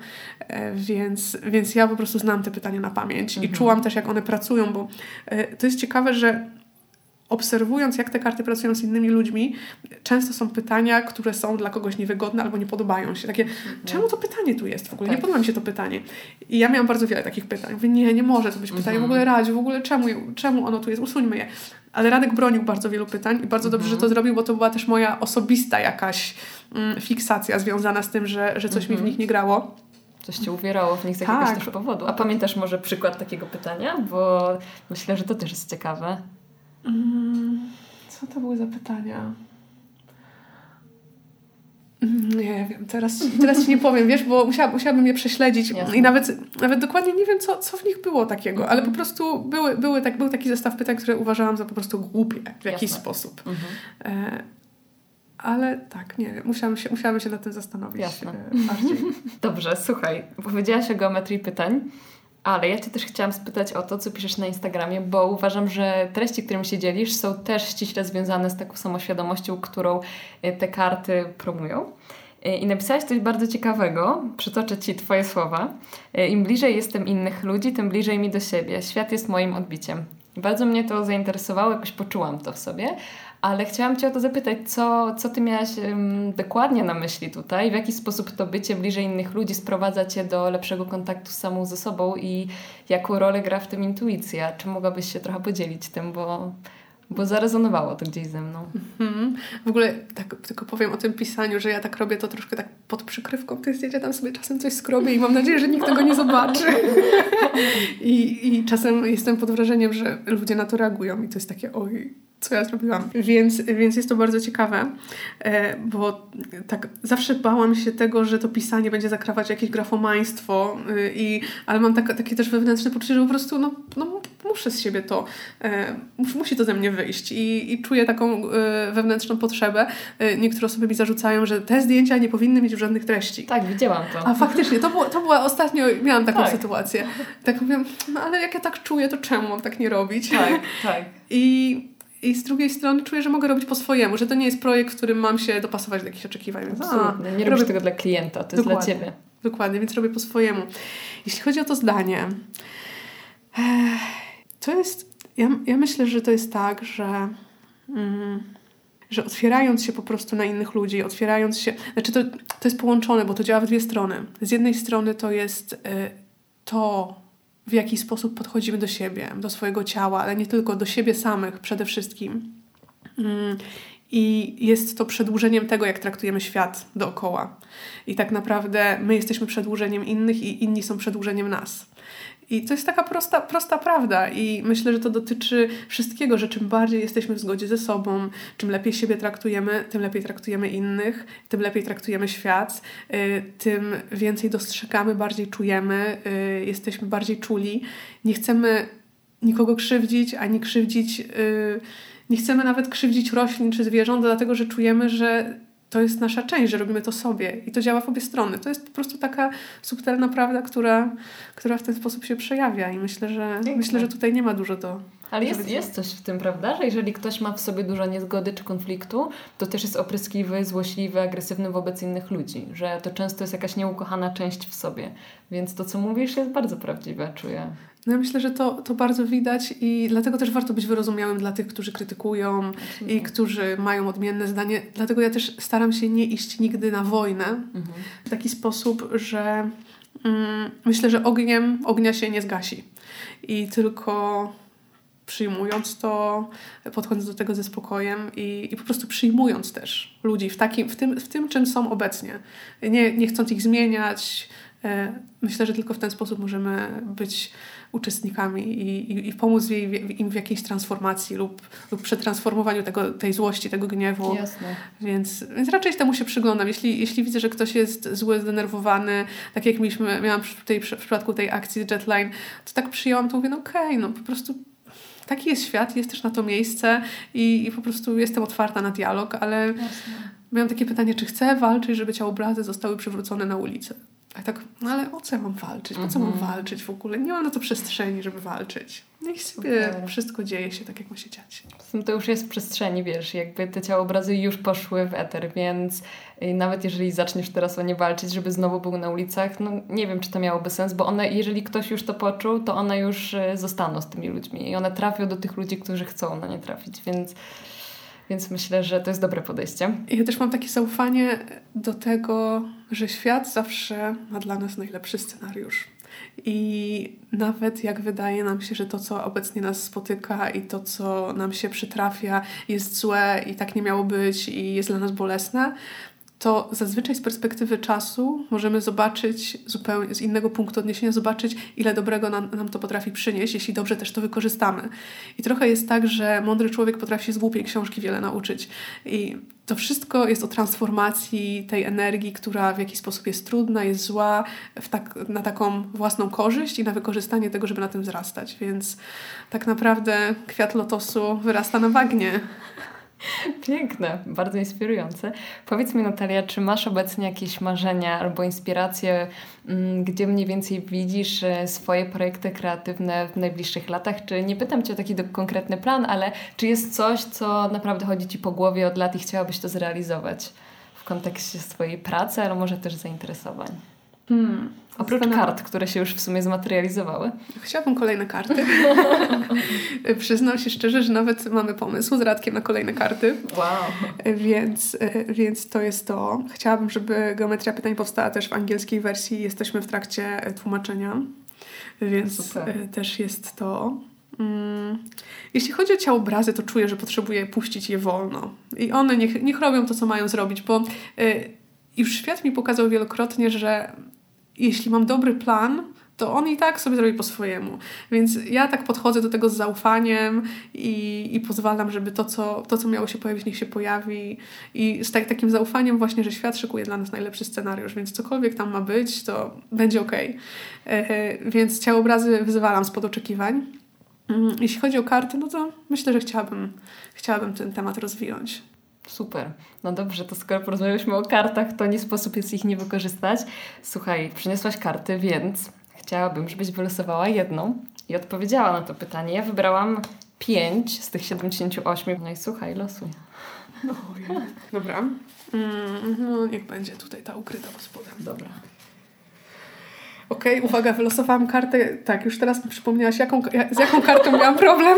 Speaker 2: więc ja po prostu znam te pytania na pamięć i czułam też, jak one pracują, bo to jest ciekawe, że obserwując, jak te karty pracują z innymi ludźmi, często są pytania, które są dla kogoś niewygodne albo nie podobają się. Takie, czemu to pytanie tu jest w ogóle? Tak. Nie podoba mi się to pytanie. I ja miałam bardzo wiele takich pytań. Mówię, nie może to być pytanie, w ogóle Radziu, w ogóle czemu ono tu jest? Usuńmy je. Ale Radek bronił bardzo wielu pytań i bardzo dobrze, że to zrobił, bo to była też moja osobista jakaś fiksacja związana z tym, że coś mi w nich nie grało.
Speaker 1: Coś cię uwierało w nich z jakiegoś też powodu. A pamiętasz może przykład takiego pytania? Bo myślę, że to też jest ciekawe.
Speaker 2: Co to były za pytania? Nie wiem, teraz ci nie powiem, wiesz, bo musiałabym je prześledzić. Jasne. I nawet dokładnie nie wiem, co w nich było takiego, ale po prostu był taki zestaw pytań, które uważałam za po prostu głupie w jakiś sposób. Ale tak, nie wiem, musiałam się nad tym zastanowić. Bardziej.
Speaker 1: Dobrze, słuchaj, powiedziałaś o geometrii pytań, ale ja Cię też chciałam spytać o to, co piszesz na Instagramie, bo uważam, że treści, którymi się dzielisz, są też ściśle związane z taką samoświadomością, którą te karty promują. I napisałaś coś bardzo ciekawego, przytoczę Ci Twoje słowa. Im bliżej jestem innych ludzi, tym bliżej mi do siebie. Świat jest moim odbiciem. Bardzo mnie to zainteresowało, jakoś poczułam to w sobie, ale chciałam Cię o to zapytać, co Ty miałaś dokładnie na myśli tutaj, w jaki sposób to bycie bliżej innych ludzi sprowadza Cię do lepszego kontaktu z samą ze sobą i jaką rolę gra w tym intuicja? Czy mogłabyś się trochę podzielić tym, bo zarezonowało to gdzieś ze mną.
Speaker 2: W ogóle tak tylko powiem o tym pisaniu, że ja tak robię to troszkę tak pod przykrywką tych zdjęć, ja tam sobie czasem coś skrobię i mam nadzieję, że nikt tego nie zobaczy. I czasem jestem pod wrażeniem, że ludzie na to reagują i to jest takie, oj, co ja zrobiłam. Więc jest to bardzo ciekawe, bo tak zawsze bałam się tego, że to pisanie będzie zakrawać jakieś grafomaństwo, ale mam takie też wewnętrzne poczucie, że po prostu no muszę z siebie to, musi to ze mnie wyjść i czuję taką wewnętrzną potrzebę. Niektóre osoby mi zarzucają, że te zdjęcia nie powinny mieć żadnych treści.
Speaker 1: Tak, widziałam to.
Speaker 2: A faktycznie, to była ostatnio, miałam taką sytuację. Tak mówię, no ale jak ja tak czuję, to czemu mam tak nie robić?
Speaker 1: Tak.
Speaker 2: I z drugiej strony czuję, że mogę robić po swojemu, że to nie jest projekt, w którym mam się dopasować do jakichś oczekiwań.
Speaker 1: Absolutnie. Nie robisz tego dla klienta, to jest dla Ciebie.
Speaker 2: Dokładnie, więc robię po swojemu. Jeśli chodzi o to zdanie, to jest... Ja myślę, że to jest tak, że otwierając się po prostu na innych ludzi, otwierając się... Znaczy to jest połączone, bo to działa w dwie strony. Z jednej strony to jest to, w jaki sposób podchodzimy do siebie, do swojego ciała, ale nie tylko, do siebie samych przede wszystkim. I jest to przedłużeniem tego, jak traktujemy świat dookoła. I tak naprawdę my jesteśmy przedłużeniem innych i inni są przedłużeniem nas. I to jest taka prosta prawda i myślę, że to dotyczy wszystkiego, że czym bardziej jesteśmy w zgodzie ze sobą, czym lepiej siebie traktujemy, tym lepiej traktujemy innych, tym lepiej traktujemy świat, tym więcej dostrzegamy, bardziej czujemy, jesteśmy bardziej czuli. Nie chcemy nikogo krzywdzić, ani krzywdzić, nie chcemy nawet krzywdzić roślin czy zwierząt, dlatego że czujemy, że to jest nasza część, że robimy to sobie i to działa w obie strony. To jest po prostu taka subtelna prawda, która w ten sposób się przejawia i myślę, że tutaj nie ma dużo do...
Speaker 1: Ale jest coś w tym, prawda? Że jeżeli ktoś ma w sobie dużo niezgody czy konfliktu, to też jest opryskliwy, złośliwy, agresywny wobec innych ludzi. Że to często jest jakaś nieukochana część w sobie. Więc to, co mówisz, jest bardzo prawdziwe, czuję.
Speaker 2: No ja myślę, że to bardzo widać i dlatego też warto być wyrozumiałym dla tych, którzy krytykują i którzy mają odmienne zdanie. Dlatego ja też staram się nie iść nigdy na wojnę w taki sposób, że myślę, że ognia się nie zgasi. I tylko przyjmując to, podchodząc do tego ze spokojem i po prostu przyjmując też ludzi w tym, czym są obecnie. Nie chcąc ich zmieniać. Myślę, że tylko w ten sposób możemy być uczestnikami i pomóc im w jakiejś transformacji lub przetransformowaniu tej złości, tego gniewu.
Speaker 1: Jasne.
Speaker 2: Więc raczej temu się przyglądam. Jeśli widzę, że ktoś jest zły, zdenerwowany, tak jak miałam w przypadku tej akcji z Jetline, to tak przyjęłam, to mówię, no okej, no po prostu taki jest świat, jest też na to miejsce i po prostu jestem otwarta na dialog, ale
Speaker 1: Jasne.
Speaker 2: miałam takie pytanie, czy chcę walczyć, żeby ciałobrazy zostały przywrócone na ulicę? A tak, no ale o co ja mam walczyć? Po co mam walczyć w ogóle? Nie mam na to przestrzeni, żeby walczyć. Niech sobie wszystko dzieje się tak, jak ma się dziać.
Speaker 1: To już jest w przestrzeni, wiesz, jakby te ciałobrazy już poszły w eter, więc nawet jeżeli zaczniesz teraz o nie walczyć, żeby znowu był na ulicach, no nie wiem, czy to miałoby sens, bo one, jeżeli ktoś już to poczuł, to one już zostaną z tymi ludźmi i one trafią do tych ludzi, którzy chcą na nie trafić, więc myślę, że to jest dobre podejście.
Speaker 2: Ja też mam takie zaufanie do tego, że świat zawsze ma dla nas najlepszy scenariusz. I nawet jak wydaje nam się, że to, co obecnie nas spotyka i to, co nam się przytrafia, jest złe i tak nie miało być i jest dla nas bolesne, to zazwyczaj z perspektywy czasu możemy zobaczyć zupełnie z innego punktu odniesienia, zobaczyć, ile dobrego nam to potrafi przynieść, jeśli dobrze też to wykorzystamy. I trochę jest tak, że mądry człowiek potrafi się z głupiej książki wiele nauczyć. I to wszystko jest o transformacji tej energii, która w jakiś sposób jest trudna, jest zła, na taką własną korzyść i na wykorzystanie tego, żeby na tym wzrastać. Więc tak naprawdę kwiat lotosu wyrasta na bagnie.
Speaker 1: Piękne, bardzo inspirujące. Powiedz mi, Natalia, czy masz obecnie jakieś marzenia albo inspiracje, gdzie mniej więcej widzisz swoje projekty kreatywne w najbliższych latach? Czy nie pytam Cię o taki konkretny plan, ale czy jest coś, co naprawdę chodzi Ci po głowie od lat i chciałabyś to zrealizować w kontekście swojej pracy, ale może też zainteresowań? Oprócz kart, które się już w sumie zmaterializowały.
Speaker 2: Chciałabym kolejne karty. Przyznam się szczerze, że nawet mamy pomysł z Radkiem na kolejne karty.
Speaker 1: Wow.
Speaker 2: Więc to jest to. Chciałabym, żeby Geometria Pytań powstała też w angielskiej wersji. Jesteśmy w trakcie tłumaczenia. Więc
Speaker 1: super.
Speaker 2: Też jest to. Jeśli chodzi o ciałobrazy, to czuję, że potrzebuję puścić je wolno. I one niech robią to, co mają zrobić, bo już świat mi pokazał wielokrotnie, że jeśli mam dobry plan, to on i tak sobie zrobi po swojemu. Więc ja tak podchodzę do tego z zaufaniem i pozwalam, żeby to, co miało się pojawić, niech się pojawi. I z takim zaufaniem właśnie, że świat szykuje dla nas najlepszy scenariusz, więc cokolwiek tam ma być, to będzie okej. Więc ciałobrazy wyzwalam spod oczekiwań. Jeśli chodzi o karty, no to myślę, że chciałabym ten temat rozwinąć.
Speaker 1: Super. No dobrze, to skoro porozmawialiśmy o kartach, to nie sposób jest ich nie wykorzystać. Słuchaj, przyniosłaś karty, więc chciałabym, żebyś wylosowała jedną i odpowiedziała na to pytanie. Ja wybrałam 5 z tych 78. No i słuchaj, losuj.
Speaker 2: No, dobra. No niech będzie tutaj ta ukryta pod spodem.
Speaker 1: Dobra.
Speaker 2: Okej, uwaga, wylosowałam kartę. Tak, już teraz mi przypomniałaś, z jaką kartą miałam problem.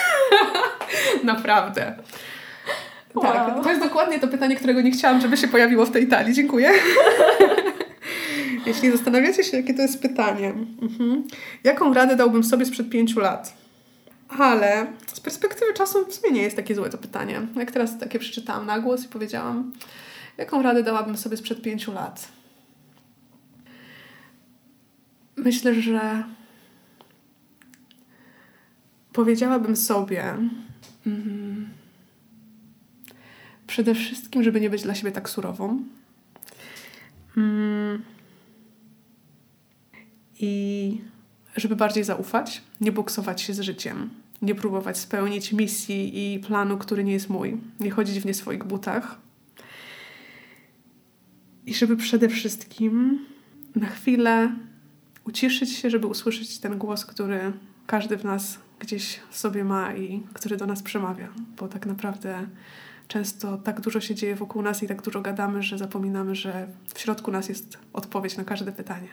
Speaker 2: Naprawdę. Wow. Tak, to jest dokładnie to pytanie, którego nie chciałam, żeby się pojawiło w tej talii. Dziękuję. Jeśli zastanawiacie się, jakie to jest pytanie. Jaką radę dałbym sobie sprzed 5 lat? Ale z perspektywy czasu w sumie nie jest takie złe to pytanie. Jak teraz takie przeczytałam na głos i powiedziałam, jaką radę dałabym sobie sprzed 5 lat? Myślę, że Powiedziałabym sobie przede wszystkim, żeby nie być dla siebie tak surową. I żeby bardziej zaufać, nie boksować się z życiem, nie próbować spełnić misji i planu, który nie jest mój, nie chodzić w nie swoich butach. I żeby przede wszystkim na chwilę uciszyć się, żeby usłyszeć ten głos, który każdy w nas gdzieś sobie ma i który do nas przemawia. Bo tak naprawdę często tak dużo się dzieje wokół nas i tak dużo gadamy, że zapominamy, że w środku nas jest odpowiedź na każde pytanie.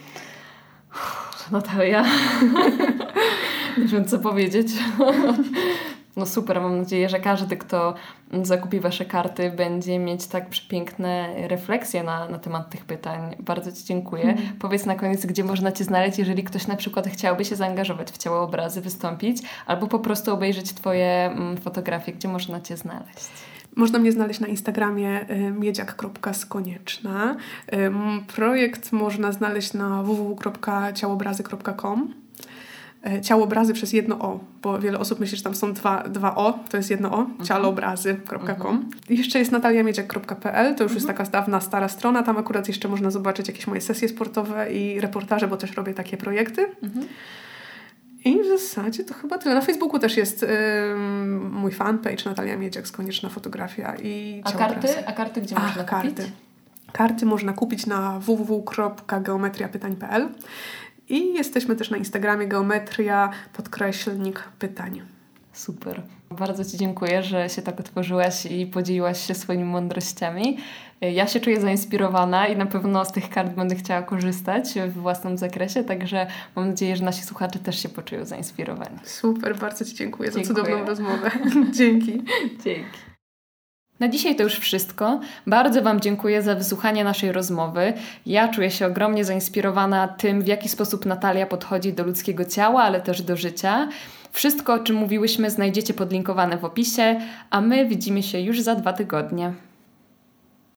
Speaker 1: Natalia. Nie wiem, co powiedzieć. No super, mam nadzieję, że każdy, kto zakupi wasze karty, będzie mieć tak przepiękne refleksje na temat tych pytań. Bardzo ci dziękuję. Powiedz na koniec, gdzie można cię znaleźć, jeżeli ktoś na przykład chciałby się zaangażować w Ciało Obrazy, wystąpić, albo po prostu obejrzeć twoje fotografie. Gdzie można cię znaleźć?
Speaker 2: Można mnie znaleźć na Instagramie miedziak.skonieczna. Projekt można znaleźć na www.ciałobrazy.com. Ciałobrazy przez jedno O, bo wiele osób myśli, że tam są dwa O, to jest jedno O, ciałobrazy.com. Jeszcze jest nataliamiedziak.pl, to już jest taka dawna, stara strona, tam akurat jeszcze można zobaczyć jakieś moje sesje sportowe i reportaże, bo też robię takie projekty. I w zasadzie to chyba tyle. Na Facebooku też jest mój fanpage Natalia Miedziak, Konieczna Fotografia i Ciałobrazy.
Speaker 1: A karty gdzie można kupić?
Speaker 2: Karty można kupić na www.geometriapytań.pl i jesteśmy też na Instagramie geometria_pytań.
Speaker 1: Super. Bardzo ci dziękuję, że się tak otworzyłaś i podzieliłaś się swoimi mądrościami. Ja się czuję zainspirowana i na pewno z tych kart będę chciała korzystać w własnym zakresie, także mam nadzieję, że nasi słuchacze też się poczują zainspirowani.
Speaker 2: Super, bardzo ci dziękuję za cudowną rozmowę. Dzięki.
Speaker 1: Dzięki. Na dzisiaj to już wszystko. Bardzo wam dziękuję za wysłuchanie naszej rozmowy. Ja czuję się ogromnie zainspirowana tym, w jaki sposób Natalia podchodzi do ludzkiego ciała, ale też do życia. Wszystko, o czym mówiłyśmy, znajdziecie podlinkowane w opisie, a my widzimy się już za 2 tygodnie.